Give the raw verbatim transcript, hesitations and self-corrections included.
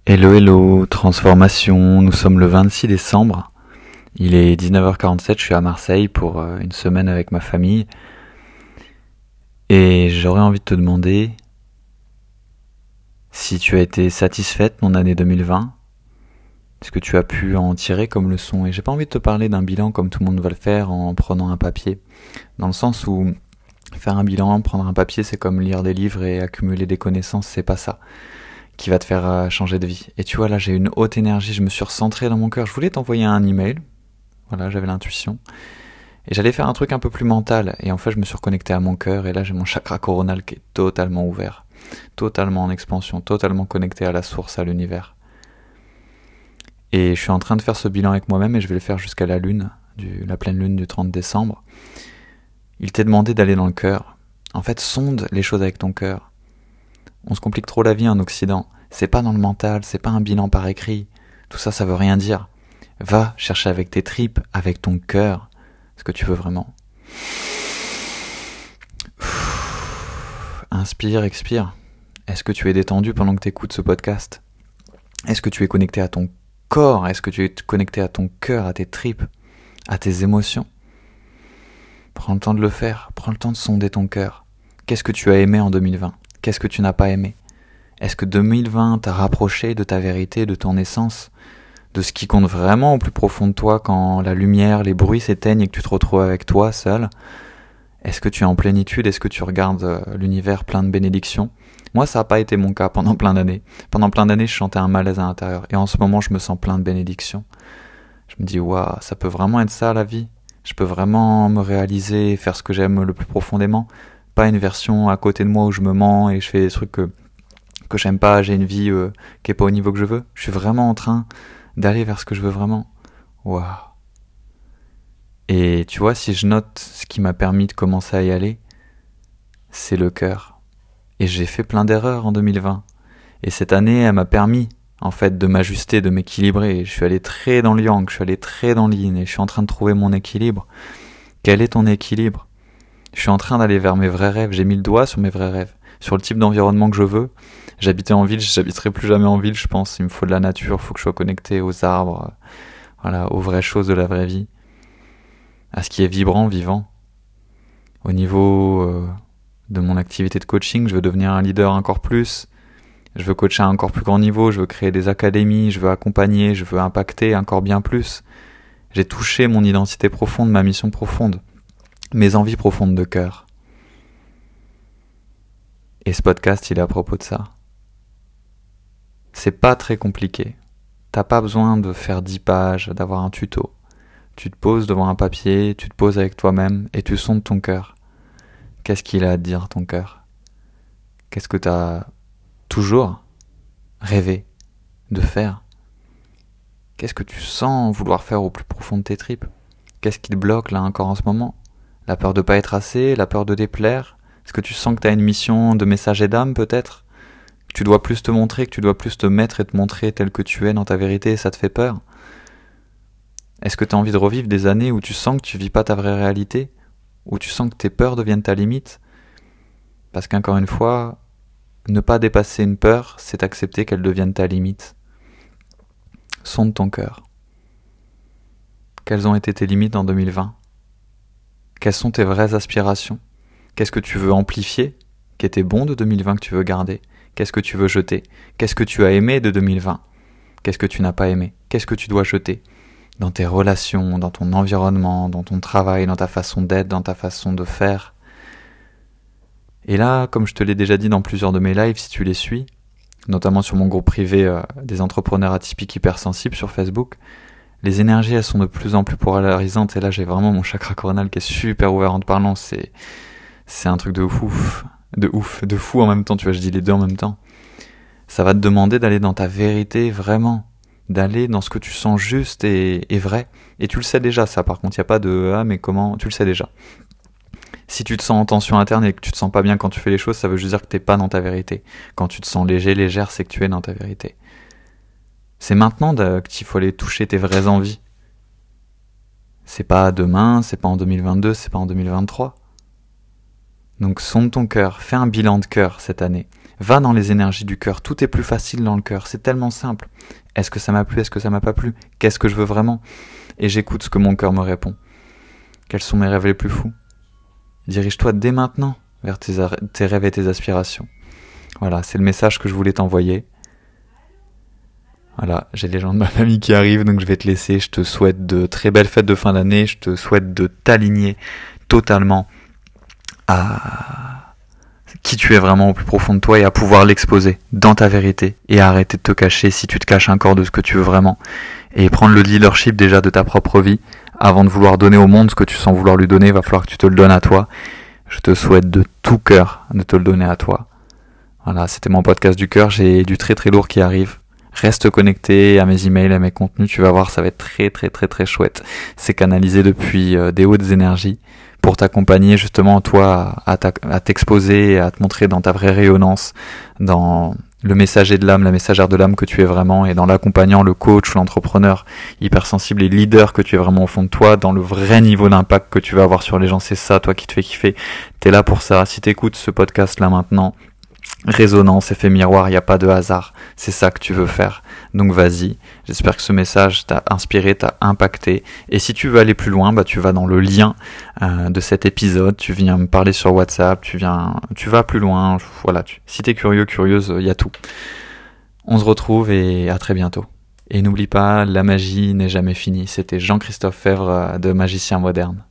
Hello hello, transformation, nous sommes le vingt-six décembre, il est dix-neuf heures quarante-sept, je suis à Marseille pour une semaine avec ma famille et j'aurais envie de te demander si tu as été satisfaite de mon année deux mille vingt, ce que tu as pu en tirer comme leçon. Et j'ai pas envie de te parler d'un bilan comme tout le monde va le faire en prenant un papier, dans le sens où faire un bilan, prendre un papier, c'est comme lire des livres et accumuler des connaissances, c'est pas ça qui va te faire changer de vie. Et tu vois, là, j'ai une haute énergie, je me suis recentré dans mon cœur. Je voulais t'envoyer un email, voilà, j'avais l'intuition. Et j'allais faire un truc un peu plus mental. Et en fait, je me suis reconnecté à mon cœur. Et là, j'ai mon chakra coronal qui est totalement ouvert, totalement en expansion, totalement connecté à la source, à l'univers. Et je suis en train de faire ce bilan avec moi-même et je vais le faire jusqu'à la lune, du, la pleine lune du trente décembre. Il t'est demandé d'aller dans le cœur. En fait, sonde les choses avec ton cœur. On se complique trop la vie en Occident. C'est pas dans le mental, c'est pas un bilan par écrit. Tout ça, ça veut rien dire. Va chercher avec tes tripes, avec ton cœur, ce que tu veux vraiment. Inspire, expire. Est-ce que tu es détendu pendant que tu écoutes ce podcast ? Est-ce que tu es connecté à ton corps ? Est-ce que tu es connecté à ton cœur, à tes tripes, à tes émotions ? Prends le temps de le faire. Prends le temps de sonder ton cœur. Qu'est-ce que tu as aimé en deux mille vingt ? Qu'est-ce que tu n'as pas aimé ? Est-ce que deux mille vingt t'a rapproché de ta vérité, de ton essence, de ce qui compte vraiment au plus profond de toi quand la lumière, les bruits s'éteignent et que tu te retrouves avec toi seul ? Est-ce que tu es en plénitude ? Est-ce que tu regardes l'univers plein de bénédictions ? Moi, ça n'a pas été mon cas pendant plein d'années. Pendant plein d'années, je sentais un malaise à l'intérieur. Et en ce moment, je me sens plein de bénédictions. Je me dis, waouh, ça peut vraiment être ça la vie ? Je peux vraiment me réaliser et faire ce que j'aime le plus profondément ? Pas une version à côté de moi où je me mens et je fais des trucs que, que j'aime pas, j'ai une vie euh, qui est pas au niveau que je veux. Je suis vraiment en train d'aller vers ce que je veux vraiment. Waouh. Et tu vois, si je note ce qui m'a permis de commencer à y aller, c'est le cœur. Et j'ai fait plein d'erreurs en deux mille vingt. Et cette année, elle m'a permis, en fait, de m'ajuster, de m'équilibrer. Je suis allé très dans le yang, je suis allé très dans le yin et je suis en train de trouver mon équilibre. Quel est ton équilibre ? Je suis en train d'aller vers mes vrais rêves, j'ai mis le doigt sur mes vrais rêves, sur le type d'environnement que je veux. J'habitais en ville, j'habiterai plus jamais en ville, je pense. Il me faut de la nature, il faut que je sois connecté aux arbres, voilà, aux vraies choses de la vraie vie, à ce qui est vibrant, vivant. Au niveau euh, de mon activité de coaching, je veux devenir un leader encore plus. Je veux coacher à un encore plus grand niveau, je veux créer des académies, je veux accompagner, je veux impacter encore bien plus. J'ai touché mon identité profonde, ma mission profonde. Mes envies profondes de cœur. Et ce podcast, il est à propos de ça. C'est pas très compliqué. T'as pas besoin de faire dix pages, d'avoir un tuto. Tu te poses devant un papier, tu te poses avec toi-même et tu sondes ton cœur. Qu'est-ce qu'il a à te dire, ton cœur ? Qu'est-ce que t'as toujours rêvé de faire ? Qu'est-ce que tu sens vouloir faire au plus profond de tes tripes ? Qu'est-ce qui te bloque là encore en ce moment ? La peur de pas être assez, la peur de déplaire. Est-ce que tu sens que tu as une mission de messager d'âme peut-être ? Que tu dois plus te montrer, que tu dois plus te mettre et te montrer tel que tu es dans ta vérité et ça te fait peur ? Est-ce que tu as envie de revivre des années où tu sens que tu vis pas ta vraie réalité ? Où tu sens que tes peurs deviennent ta limite ? Parce qu'encore une fois, ne pas dépasser une peur, c'est accepter qu'elle devienne ta limite. Sonde ton cœur. Quelles ont été tes limites en deux mille vingt ? Quelles sont tes vraies aspirations ? Qu'est-ce que tu veux amplifier ? Qui était bon de deux mille vingt que tu veux garder ? Qu'est-ce que tu veux jeter ? Qu'est-ce que tu as aimé de deux mille vingt ? Qu'est-ce que tu n'as pas aimé ? Qu'est-ce que tu dois jeter ? Dans tes relations, dans ton environnement, dans ton travail, dans ta façon d'être, dans ta façon de faire. Et là, comme je te l'ai déjà dit dans plusieurs de mes lives, si tu les suis, notamment sur mon groupe privé euh, des entrepreneurs atypiques hypersensibles sur Facebook, les énergies, elles sont de plus en plus polarisantes. Et là, j'ai vraiment mon chakra coronal qui est super ouvert en te parlant. C'est, c'est un truc de ouf, de ouf, de fou en même temps. Tu vois, je dis les deux en même temps. Ça va te demander d'aller dans ta vérité vraiment. D'aller dans ce que tu sens juste et, et vrai. Et tu le sais déjà, ça. Par contre, il n'y a pas de « ah, mais comment ?» Tu le sais déjà. Si tu te sens en tension interne et que tu te sens pas bien quand tu fais les choses, ça veut juste dire que t'es pas dans ta vérité. Quand tu te sens léger, légère, c'est que tu es dans ta vérité. C'est maintenant qu'il faut aller toucher tes vraies envies. C'est pas demain, c'est pas en deux mille vingt-deux, c'est pas en deux mille vingt-trois. Donc sonde ton cœur, fais un bilan de cœur cette année. Va dans les énergies du cœur. Tout est plus facile dans le cœur. C'est tellement simple. Est-ce que ça m'a plu? Est-ce que ça m'a pas plu? Qu'est-ce que je veux vraiment? Et j'écoute ce que mon cœur me répond. Quels sont mes rêves les plus fous? Dirige-toi dès maintenant vers tes, ar- tes rêves et tes aspirations. Voilà, c'est le message que je voulais t'envoyer. Voilà, j'ai les gens de ma famille qui arrivent, donc je vais te laisser. Je te souhaite de très belles fêtes de fin d'année. Je te souhaite de t'aligner totalement à qui tu es vraiment au plus profond de toi et à pouvoir l'exposer dans ta vérité et à arrêter de te cacher si tu te caches encore de ce que tu veux vraiment. Et prendre le leadership déjà de ta propre vie. Avant de vouloir donner au monde ce que tu sens vouloir lui donner, il va falloir que tu te le donnes à toi. Je te souhaite de tout cœur de te le donner à toi. Voilà, c'était mon podcast du cœur. J'ai du très très lourd qui arrive. Reste connecté à mes emails, à mes contenus. Tu vas voir, ça va être très très très très chouette. C'est canalisé depuis euh, des hautes énergies pour t'accompagner justement toi à, à t'exposer, à te montrer dans ta vraie rayonnance, dans le messager de l'âme, la messagère de l'âme que tu es vraiment, et dans l'accompagnant, le coach, l'entrepreneur hypersensible et leader que tu es vraiment au fond de toi, dans le vrai niveau d'impact que tu vas avoir sur les gens. C'est ça, toi, qui te fait kiffer. T'es là pour ça. Si t'écoutes ce podcast là maintenant, résonance, effet miroir, il n'y a pas de hasard. C'est ça que tu veux faire. Donc vas-y. J'espère que ce message t'a inspiré, t'a impacté. Et si tu veux aller plus loin, bah tu vas dans le lien euh, de cet épisode. Tu viens me parler sur WhatsApp. Tu viens, tu vas plus loin. Voilà. Tu, si t'es curieux, curieuse, il y a tout. On se retrouve et à très bientôt. Et n'oublie pas, la magie n'est jamais finie. C'était Jean-Christophe Fèvre de Magicien Moderne.